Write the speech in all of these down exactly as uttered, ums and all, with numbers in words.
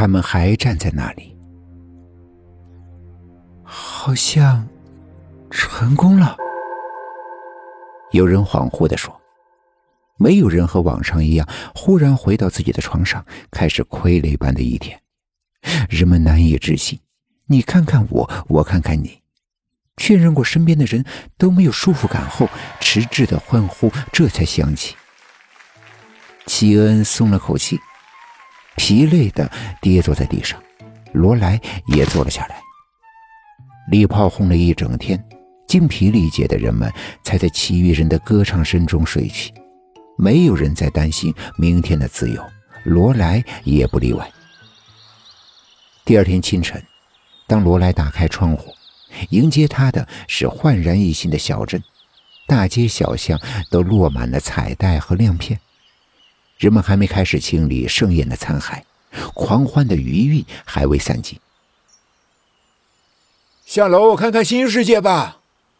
他们还站在那里。好像成功了，有人恍惚地说。没有人和往常一样忽然回到自己的床上，开始傀儡般的一天。人们难以置信，你看看我，我看看你，确认过身边的人都没有束缚感后，迟滞的欢呼这才响起。齐恩松了口气，疲累地跌坐在地上，罗莱也坐了下来。礼炮轰了一整天，精疲力竭的人们才在其余人的歌唱声中睡去。没有人在担心明天的自由，罗莱也不例外。第二天清晨，当罗莱打开窗户，迎接他的是焕然一新的小镇，大街小巷都落满了彩带和亮片。人们还没开始清理盛宴的残骸，狂欢的余韵还未散尽。 下楼看看新世界吧！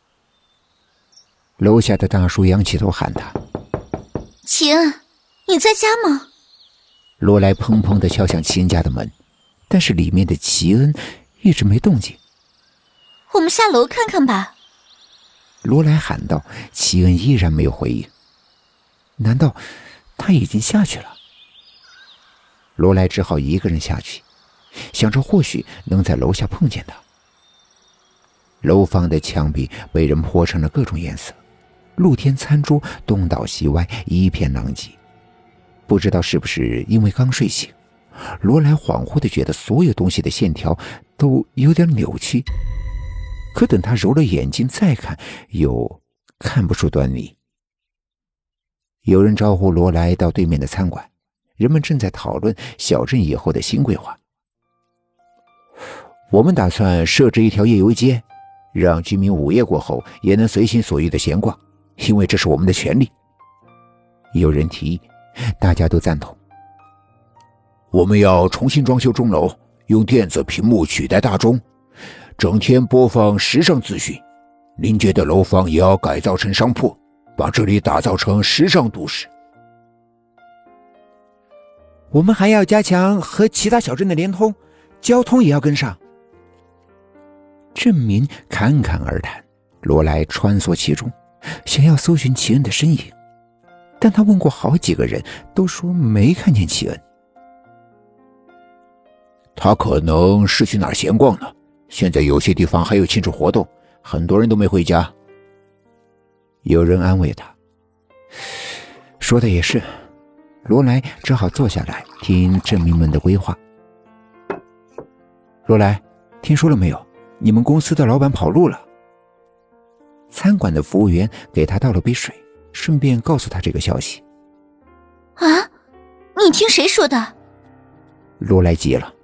楼下的大叔仰起头喊他。 齐恩，你在家吗？ 罗莱砰砰地敲响齐恩家的门，但是里面的齐恩一直没动静。 我们下楼看看吧。 罗莱喊道，齐恩依然没有回应。难道他已经下去了？罗莱只好一个人下去，想着或许能在楼下碰见他。楼房的墙壁被人泼成了各种颜色，露天餐桌东倒西歪，一片狼藉。不知道是不是因为刚睡醒，罗莱恍惚地觉得所有东西的线条都有点扭曲，可等他揉了眼睛再看，又看不出端倪。有人招呼罗莱到对面的餐馆，人们正在讨论小镇以后的新规划。我们打算设置一条夜游街，让居民午夜过后也能随心所欲地闲逛，因为这是我们的权利。有人提议，大家都赞同。 我们要重新装修钟楼，用电子屏幕取代大钟，整天播放时尚资讯。临街的楼房也要改造成商铺，把这里打造成时尚都市。 我们还要加强和其他小镇的连通，交通也要跟上。 镇民侃侃而谈，罗莱穿梭其中，想要搜寻齐恩的身影，但他问过好几个人，都说没看见齐恩。 他可能是去哪儿闲逛呢？现在有些地方还有庆祝活动，很多人都没回家。 有人安慰他。说的也是，罗莱只好坐下来听镇民们的规划。罗莱，听说了没有？你们公司的老板跑路了。餐馆的服务员给他倒了杯水，顺便告诉他这个消息。 啊？你听谁说的？ 罗莱急了。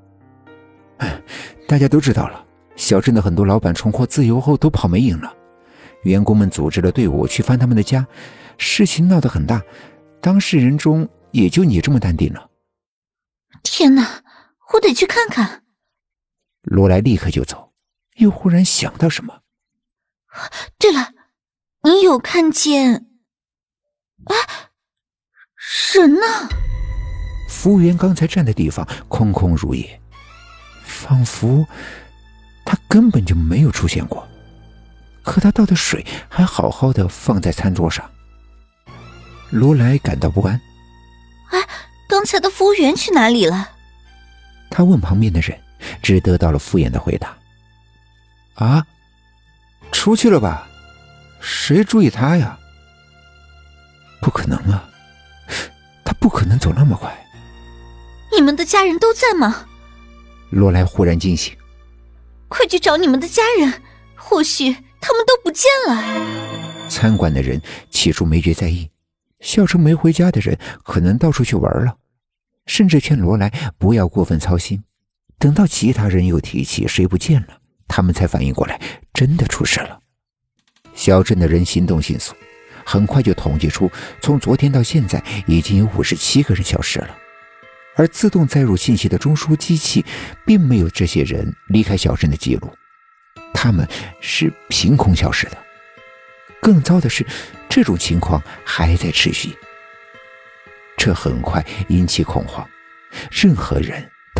大家都知道了，小镇的很多老板重获自由后都跑没影了，员工们组织了队伍去翻他们的家，事情闹得很大，当事人中也就你这么淡定了。 天哪，我得去看看。 罗莱立刻就走，又忽然想到什么。 对了，你有看见……哎，人呢？ 服务员刚才站的地方空空如也，仿佛他根本就没有出现过。可他倒的水还好好的放在餐桌上。罗莱感到不安。 哎，刚才的服务员去哪里了？ 他问旁边的人，只得到了敷衍的回答。啊，出去了吧？谁注意他呀？不可能啊，他不可能走那么快。 你们的家人都在吗？ 罗莱忽然惊醒。 快去找你们的家人，或许他们都不见了。 餐馆的人起初没觉在意，笑称没回家的人可能到处去玩了，甚至劝罗莱不要过分操心。等到其他人又提起谁不见了，他们才反应过来，真的出事了。小镇的人行动迅速，很快就统计出从昨天到现在已经有五十七个人消失了，而自动载入信息的中枢机器并没有这些人离开小镇的记录，他们是凭空消失的。更糟的是，这种情况还在持续。这很快引起恐慌，任何人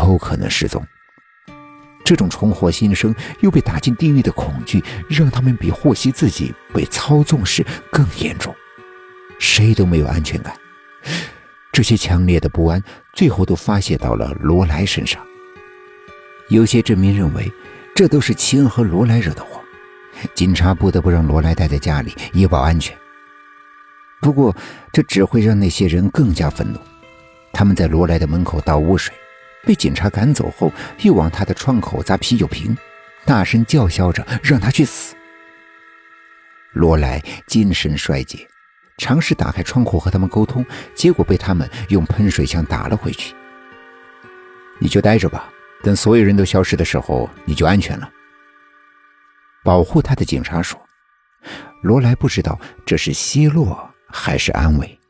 都可能失踪。这种重获新生又被打进地狱的恐惧，让他们比获悉自己被操纵时更严重，谁都没有安全感。这些强烈的不安最后都发泄到了罗莱身上。有些镇民认为这都是齐恩和罗莱惹的祸，警察不得不让罗莱待在家里以保安全。不过这只会让那些人更加愤怒，他们在罗莱的门口倒污水，被警察赶走后又往他的窗口砸啤酒瓶，大声叫嚣着让他去死。罗莱精神衰竭，尝试打开窗户和他们沟通，结果被他们用喷水枪打了回去。你就待着吧，等所有人都消失的时候你就安全了。保护他的警察说。罗莱不知道这是奚落还是安慰。